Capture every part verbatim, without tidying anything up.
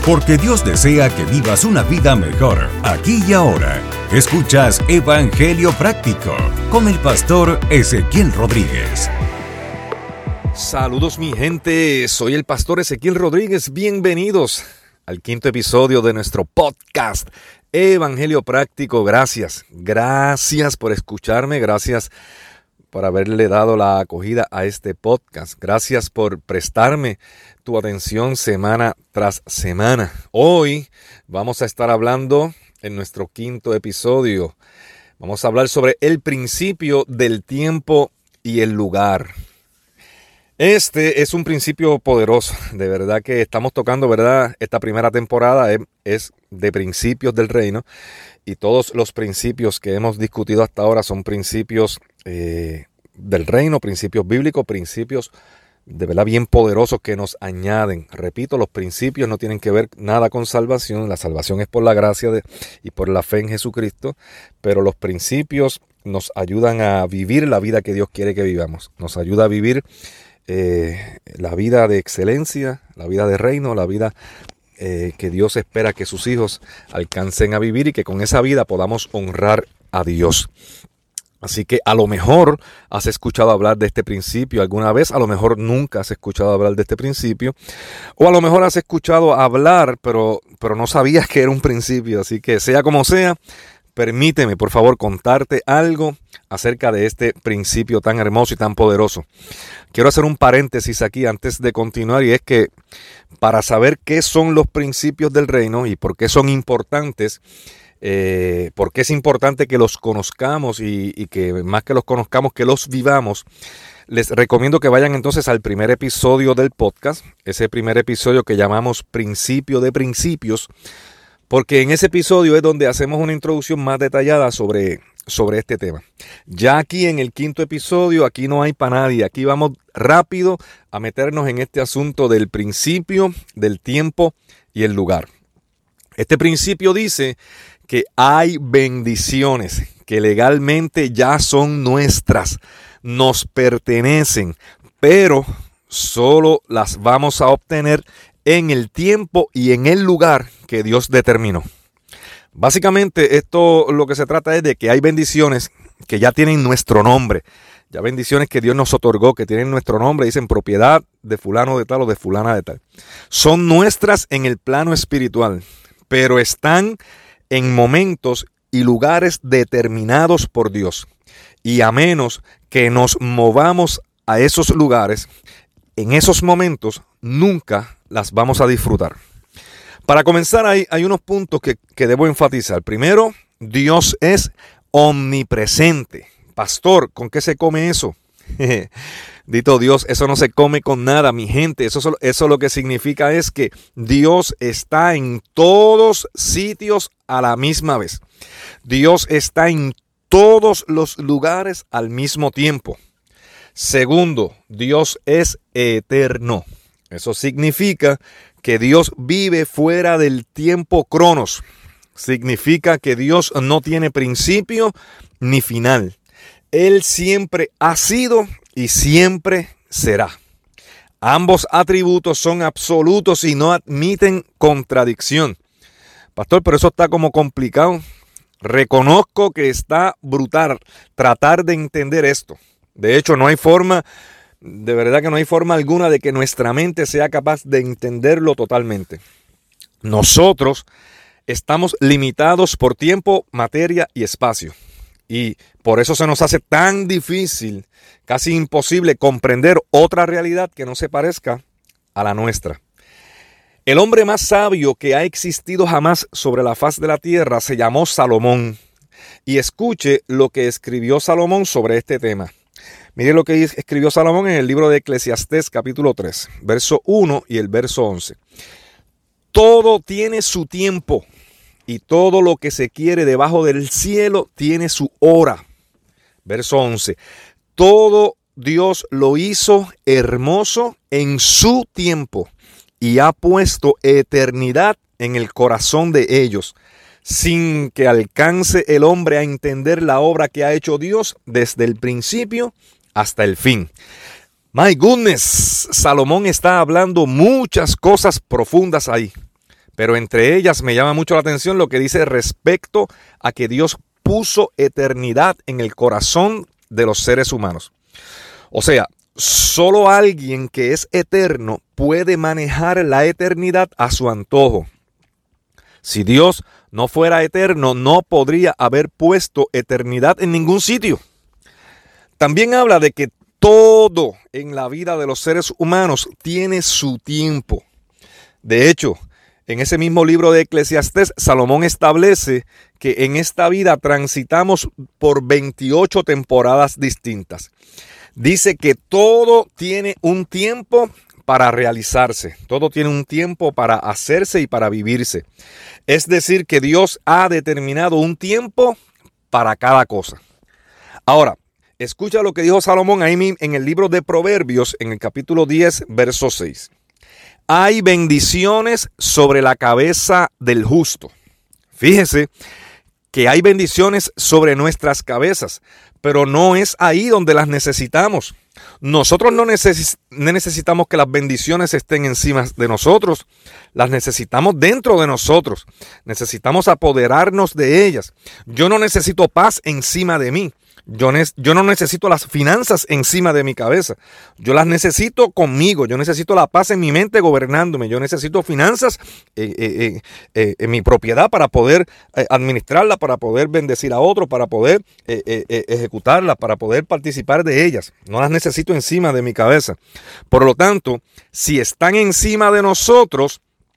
Porque Dios desea que vivas una vida mejor, aquí y ahora. Escuchas Evangelio Práctico con el pastor Ezequiel Rodríguez. Saludos mi gente, soy el pastor Ezequiel Rodríguez. Bienvenidos al quinto episodio de nuestro podcast Evangelio Práctico. Gracias, gracias por escucharme, gracias por haberle dado la acogida a este podcast. Gracias por prestarme tu atención semana tras semana. Hoy vamos a estar hablando en nuestro quinto episodio. Vamos a hablar sobre el principio del tiempo y el lugar. Este es un principio poderoso. De verdad que estamos tocando, ¿verdad? Esta primera temporada es, es de principios del reino. Y todos los principios que hemos discutido hasta ahora son principios eh, del reino, principios bíblicos, principios de verdad bien poderosos que nos añaden. Repito, los principios no tienen que ver nada con salvación. La salvación es por la gracia de, y por la fe en Jesucristo. Pero los principios nos ayudan a vivir la vida que Dios quiere que vivamos. Nos ayuda a vivir eh, la vida de excelencia, la vida de reino, la vida Eh, que Dios espera que sus hijos alcancen a vivir y que con esa vida podamos honrar a Dios. Así que a lo mejor has escuchado hablar de este principio alguna vez, a lo mejor nunca has escuchado hablar de este principio, o a lo mejor has escuchado hablar, pero, pero no sabías que era un principio. Así que sea como sea, permíteme por favor contarte algo acerca de este principio tan hermoso y tan poderoso. Quiero hacer un paréntesis aquí antes de continuar, y es que para saber qué son los principios del reino y por qué son importantes, eh, por qué es importante que los conozcamos y, y que más que los conozcamos, que los vivamos, les recomiendo que vayan entonces al primer episodio del podcast, ese primer episodio que llamamos Principio de Principios, porque en ese episodio es donde hacemos una introducción más detallada sobre, sobre este tema. Ya aquí en el quinto episodio, aquí no hay para nadie. Aquí vamos rápido a meternos en este asunto del principio, del tiempo y el lugar. Este principio dice que hay bendiciones que legalmente ya son nuestras, nos pertenecen, pero solo las vamos a obtener en el tiempo y en el lugar que Dios determinó. Básicamente esto lo que se trata es de que hay bendiciones que ya tienen nuestro nombre, ya bendiciones que Dios nos otorgó, que tienen nuestro nombre, dicen propiedad de fulano de tal o de fulana de tal. Son nuestras en el plano espiritual, pero están en momentos y lugares determinados por Dios. Y a menos que nos movamos a esos lugares, en esos momentos nunca las vamos a disfrutar. Para comenzar, hay, hay unos puntos que, que debo enfatizar. Primero, Dios es omnipresente. Pastor, ¿con qué se come eso? Dito Dios, eso no se come con nada, mi gente. Eso, eso lo que significa es que Dios está en todos sitios a la misma vez. Dios está en todos los lugares al mismo tiempo. Segundo, Dios es eterno. Eso significa que Dios vive fuera del tiempo cronos. Significa que Dios no tiene principio ni final. Él siempre ha sido y siempre será. Ambos atributos son absolutos y no admiten contradicción. Pastor, pero eso está como complicado. Reconozco que está brutal tratar de entender esto. De hecho, no hay forma, de verdad que no hay forma alguna de que nuestra mente sea capaz de entenderlo totalmente. Nosotros estamos limitados por tiempo, materia y espacio. Y por eso se nos hace tan difícil, casi imposible, comprender otra realidad que no se parezca a la nuestra. El hombre más sabio que ha existido jamás sobre la faz de la tierra se llamó Salomón. Y escuche lo que escribió Salomón sobre este tema. Mire lo que escribió Salomón en el libro de Eclesiastés capítulo tres, verso uno y el verso once. Todo tiene su tiempo y todo lo que se quiere debajo del cielo tiene su hora. Verso once. Todo Dios lo hizo hermoso en su tiempo y ha puesto eternidad en el corazón de ellos, sin que alcance el hombre a entender la obra que ha hecho Dios desde el principio hasta el fin. My goodness, Salomón está hablando muchas cosas profundas ahí. Pero entre ellas me llama mucho la atención lo que dice respecto a que Dios puso eternidad en el corazón de los seres humanos. O sea, solo alguien que es eterno puede manejar la eternidad a su antojo. Si Dios no fuera eterno, no podría haber puesto eternidad en ningún sitio. También habla de que todo en la vida de los seres humanos tiene su tiempo. De hecho, en ese mismo libro de Eclesiastés, Salomón establece que en esta vida transitamos por veintiocho temporadas distintas. Dice que todo tiene un tiempo para realizarse, todo tiene un tiempo para hacerse y para vivirse. Es decir, que Dios ha determinado un tiempo para cada cosa. Ahora, escucha lo que dijo Salomón ahí en el libro de Proverbios, en el capítulo diez, verso seis. Hay bendiciones sobre la cabeza del justo. Fíjese que hay bendiciones sobre nuestras cabezas, pero no es ahí donde las necesitamos. Nosotros no neces- necesitamos que las bendiciones estén encima de nosotros, las necesitamos dentro de nosotros, necesitamos apoderarnos de ellas. Yo no necesito paz encima de mí. Yo, ne- yo no necesito las finanzas encima de mi cabeza. Yo las necesito conmigo. Yo necesito la paz en mi mente gobernándome. Yo necesito finanzas eh, eh, eh, en mi propiedad para poder eh, administrarla, para poder bendecir a otros, para poder eh, eh, eh, ejecutarlas, para poder participar de ellas. No las necesito encima de mi cabeza. Por lo tanto, si están encima de nosotros,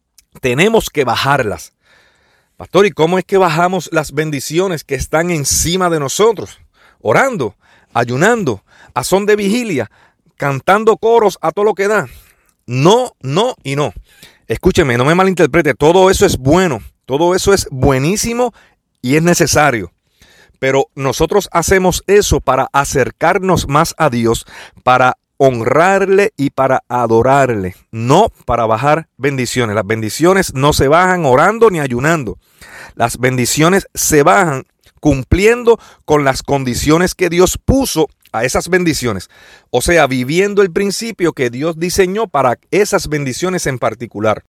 tenemos que bajarlas. Pastor, ¿y cómo es que bajamos las bendiciones que están encima de nosotros? Orando, ayunando, a son de vigilia, cantando coros a todo lo que da. No, no y no. Escúcheme, no me malinterprete, todo eso es bueno, todo eso es buenísimo y es necesario. Pero nosotros hacemos eso para acercarnos más a Dios, para honrarle y para adorarle, no para bajar bendiciones. Las bendiciones no se bajan orando ni ayunando. Las bendiciones se bajan cumpliendo con las condiciones que Dios puso a esas bendiciones. O sea, viviendo el principio que Dios diseñó para esas bendiciones en particular.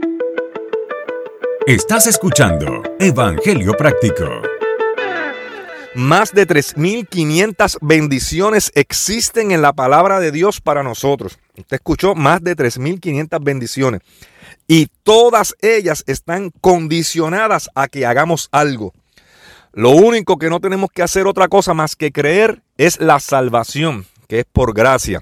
Estás escuchando Evangelio Práctico. Más de tres mil quinientas bendiciones existen en la palabra de Dios para nosotros. Usted escuchó, más de tres mil quinientas bendiciones. Y todas ellas están condicionadas a que hagamos algo. Lo único que no tenemos que hacer otra cosa más que creer es la salvación, que es por gracia.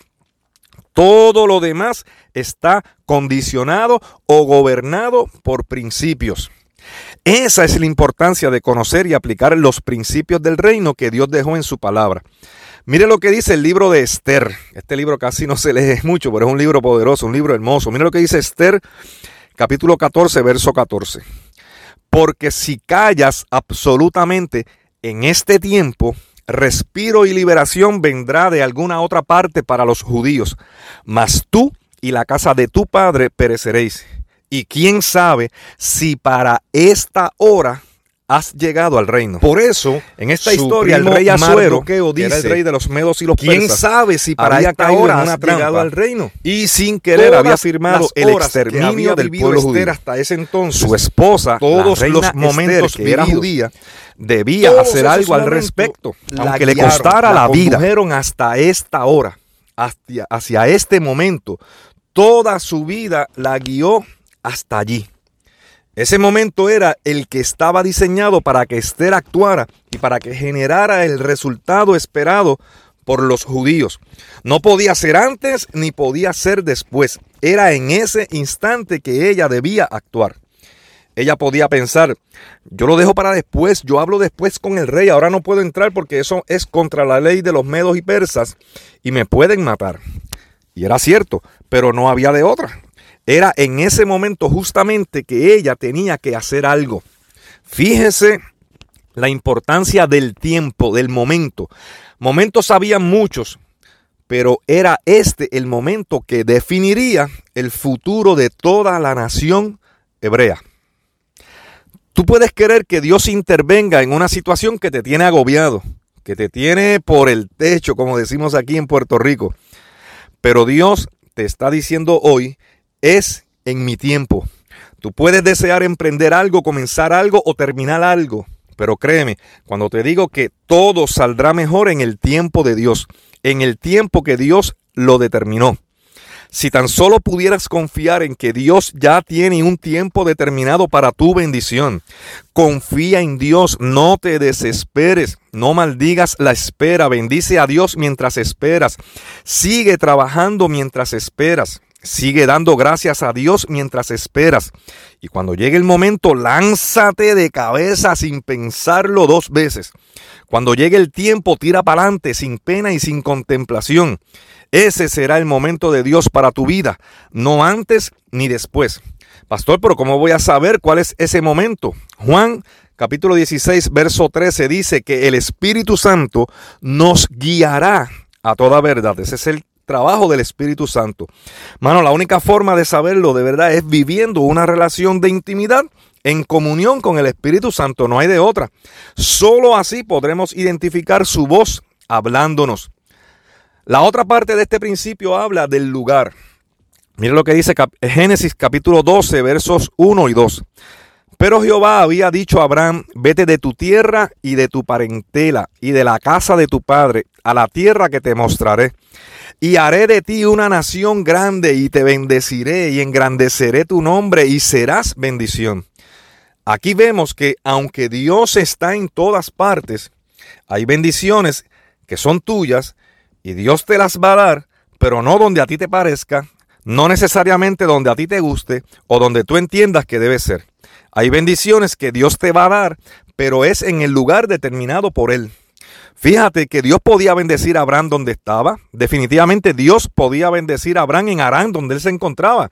Todo lo demás está condicionado o gobernado por principios. Esa es la importancia de conocer y aplicar los principios del reino que Dios dejó en su palabra. Mire lo que dice el libro de Esther. Este libro casi no se lee mucho, pero es un libro poderoso, un libro hermoso. Mire lo que dice Esther, capítulo catorce, verso catorce. Porque si callas absolutamente en este tiempo, respiro y liberación vendrá de alguna otra parte para los judíos, mas tú y la casa de tu padre pereceréis. Y quién sabe si para esta hora has llegado al reino. Por eso, en esta historia, el rey Asuero, que era el rey de los medos y los persas, quién sabe si para esta hora has llegado al reino. Y sin querer Todas había firmado el exterminio del pueblo judío. Hasta ese entonces, su esposa, todos los momentos Esther, que era judía, debía Todos hacer algo al respecto, aunque guiaron, le costara la, la vida. Condujeron hasta esta hora, hacia, hacia este momento. Toda su vida la guió hasta allí. Ese momento era el que estaba diseñado para que Esther actuara y para que generara el resultado esperado por los judíos. No podía ser antes ni podía ser después. Era en ese instante que ella debía actuar. Ella podía pensar, yo lo dejo para después, yo hablo después con el rey, ahora no puedo entrar porque eso es contra la ley de los medos y persas y me pueden matar. Y era cierto, pero no había de otra. Era en ese momento justamente que ella tenía que hacer algo. Fíjese la importancia del tiempo, del momento. Momentos había muchos, pero era este el momento que definiría el futuro de toda la nación hebrea. Tú puedes querer que Dios intervenga en una situación que te tiene agobiado, que te tiene por el techo, como decimos aquí en Puerto Rico. Pero Dios te está diciendo hoy, es en mi tiempo. Tú puedes desear emprender algo, comenzar algo o terminar algo. Pero créeme, cuando te digo que todo saldrá mejor en el tiempo de Dios, en el tiempo que Dios lo determinó. Si tan solo pudieras confiar en que Dios ya tiene un tiempo determinado para tu bendición. Confía en Dios, no te desesperes, no maldigas la espera, bendice a Dios mientras esperas. Sigue trabajando mientras esperas. Sigue dando gracias a Dios mientras esperas. Y cuando llegue el momento, lánzate de cabeza sin pensarlo dos veces. Cuando llegue el tiempo, tira para adelante sin pena y sin contemplación. Ese será el momento de Dios para tu vida, no antes ni después. Pastor, pero ¿cómo voy a saber cuál es ese momento? Juan capítulo dieciséis, verso trece dice que el Espíritu Santo nos guiará a toda verdad. Ese es el trabajo del Espíritu Santo. Mano, la única forma de saberlo de verdad es viviendo una relación de intimidad en comunión con el Espíritu Santo. No hay de otra. Solo así podremos identificar su voz hablándonos. La otra parte de este principio habla del lugar. Mira lo que dice Génesis capítulo doce, versos uno y dos. Pero Jehová había dicho a Abraham, vete de tu tierra y de tu parentela y de la casa de tu padre a la tierra que te mostraré. Y haré de ti una nación grande y te bendeciré y engrandeceré tu nombre y serás bendición. Aquí vemos que aunque Dios está en todas partes, hay bendiciones que son tuyas y Dios te las va a dar, pero no donde a ti te parezca, no necesariamente donde a ti te guste o donde tú entiendas que debe ser. Hay bendiciones que Dios te va a dar, pero es en el lugar determinado por Él. Fíjate que Dios podía bendecir a Abraham donde estaba. Definitivamente Dios podía bendecir a Abraham en Harán, donde él se encontraba.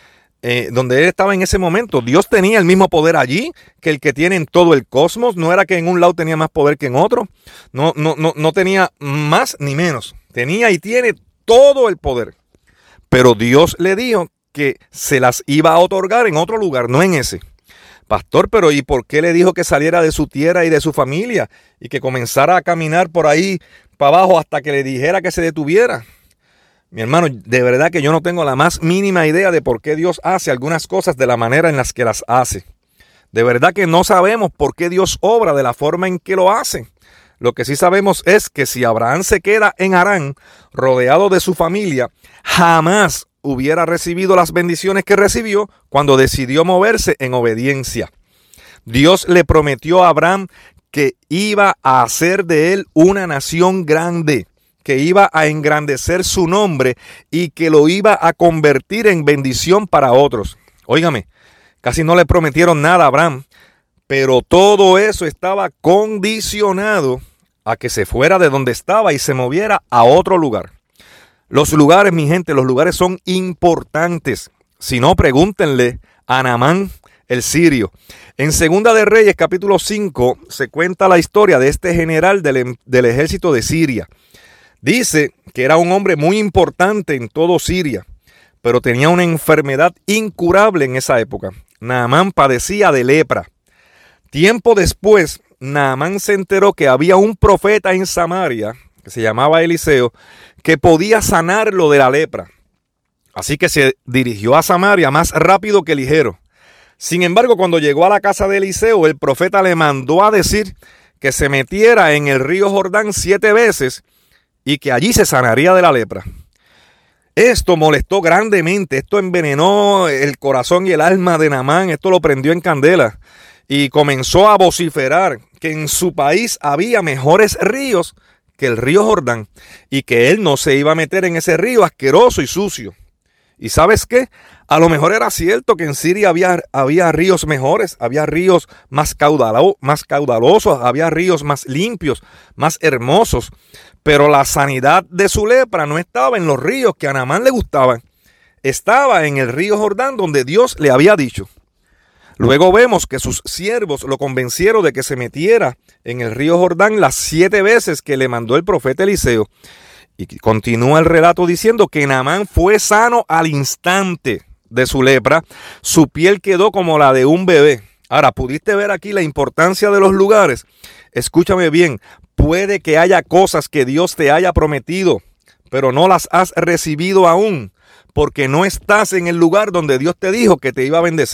Eh, donde él estaba en ese momento. Dios tenía el mismo poder allí que el que tiene en todo el cosmos. No era que en un lado tenía más poder que en otro. No, no, no, no tenía más ni menos. Tenía y tiene todo el poder. Pero Dios le dijo que se las iba a otorgar en otro lugar, no en ese. Pastor, pero ¿y por qué le dijo que saliera de su tierra y de su familia y que comenzara a caminar por ahí para abajo hasta que le dijera que se detuviera? Mi hermano, de verdad que yo no tengo la más mínima idea de por qué Dios hace algunas cosas de la manera en las que las hace. De verdad que no sabemos por qué Dios obra de la forma en que lo hace. Lo que sí sabemos es que si Abraham se queda en Harán, rodeado de su familia, jamás hubiera recibido las bendiciones que recibió cuando decidió moverse en obediencia. Dios le prometió a Abraham que iba a hacer de él una nación grande, que iba a engrandecer su nombre y que lo iba a convertir en bendición para otros. Óigame, casi no le prometieron nada a Abraham, pero todo eso estaba condicionado a que se fuera de donde estaba y se moviera a otro lugar. Los lugares, mi gente, los lugares son importantes. Si no, pregúntenle a Naamán el sirio. En Segunda de Reyes, capítulo cinco, se cuenta la historia de este general del, del ejército de Siria. Dice que era un hombre muy importante en todo Siria, pero tenía una enfermedad incurable en esa época. Naamán padecía de lepra. Tiempo después, Naamán se enteró que había un profeta en Samaria, que se llamaba Eliseo, que podía sanarlo de la lepra. Así que se dirigió a Samaria más rápido que ligero. Sin embargo, cuando llegó a la casa de Eliseo, el profeta le mandó a decir que se metiera en el río Jordán siete veces y que allí se sanaría de la lepra. Esto molestó grandemente, esto envenenó el corazón y el alma de Naamán, esto lo prendió en candela y comenzó a vociferar que en su país había mejores ríos que el río Jordán y que él no se iba a meter en ese río asqueroso y sucio. ¿Y sabes qué? A lo mejor era cierto que en Siria había, había ríos mejores, había ríos más, caudalo, más caudalosos, había ríos más limpios, más hermosos, pero la sanidad de su lepra no estaba en los ríos que a Naamán le gustaban, estaba en el río Jordán donde Dios le había dicho. Luego vemos que sus siervos lo convencieron de que se metiera en el río Jordán las siete veces que le mandó el profeta Eliseo. Y continúa el relato diciendo que Naamán fue sano al instante de su lepra. Su piel quedó como la de un bebé. Ahora, ¿pudiste ver aquí la importancia de los lugares? Escúchame bien, puede que haya cosas que Dios te haya prometido, pero no las has recibido aún, porque no estás en el lugar donde Dios te dijo que te iba a bendecir.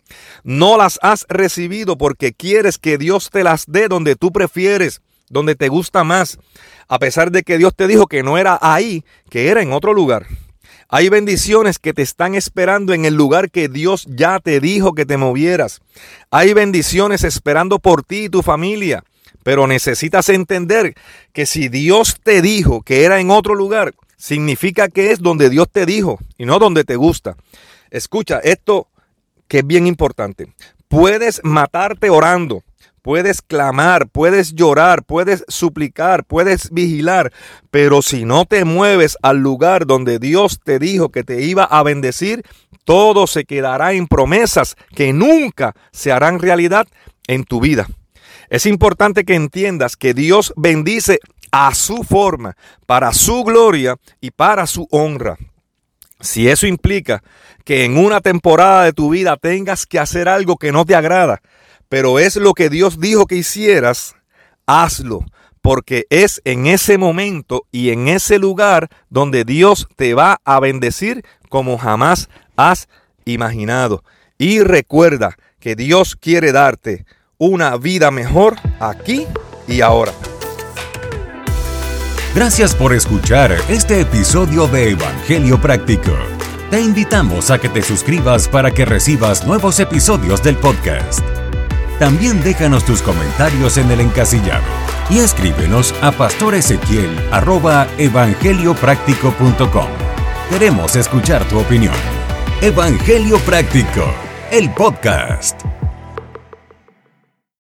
No las has recibido porque quieres que Dios te las dé donde tú prefieres, donde te gusta más, a pesar de que Dios te dijo que no era ahí, que era en otro lugar. Hay bendiciones que te están esperando en el lugar que Dios ya te dijo que te movieras. Hay bendiciones esperando por ti y tu familia. Pero necesitas entender que si Dios te dijo que era en otro lugar, significa que es donde Dios te dijo y no donde te gusta. Escucha esto que es bien importante. Puedes matarte orando, puedes clamar, puedes llorar, puedes suplicar, puedes vigilar, pero si no te mueves al lugar donde Dios te dijo que te iba a bendecir, todo se quedará en promesas que nunca se harán realidad en tu vida. Es importante que entiendas que Dios bendice a su forma, para su gloria y para su honra. Si eso implica que en una temporada de tu vida tengas que hacer algo que no te agrada, pero es lo que Dios dijo que hicieras, hazlo, porque es en ese momento y en ese lugar donde Dios te va a bendecir como jamás has imaginado. Y recuerda que Dios quiere darte una vida mejor aquí y ahora. Gracias por escuchar este episodio de Evangelio Práctico. Te invitamos a que te suscribas para que recibas nuevos episodios del podcast. También déjanos tus comentarios en el encasillado y escríbenos a pastorezequiel arroba evangeliopráctico punto com. Queremos escuchar tu opinión. Evangelio Práctico, el podcast.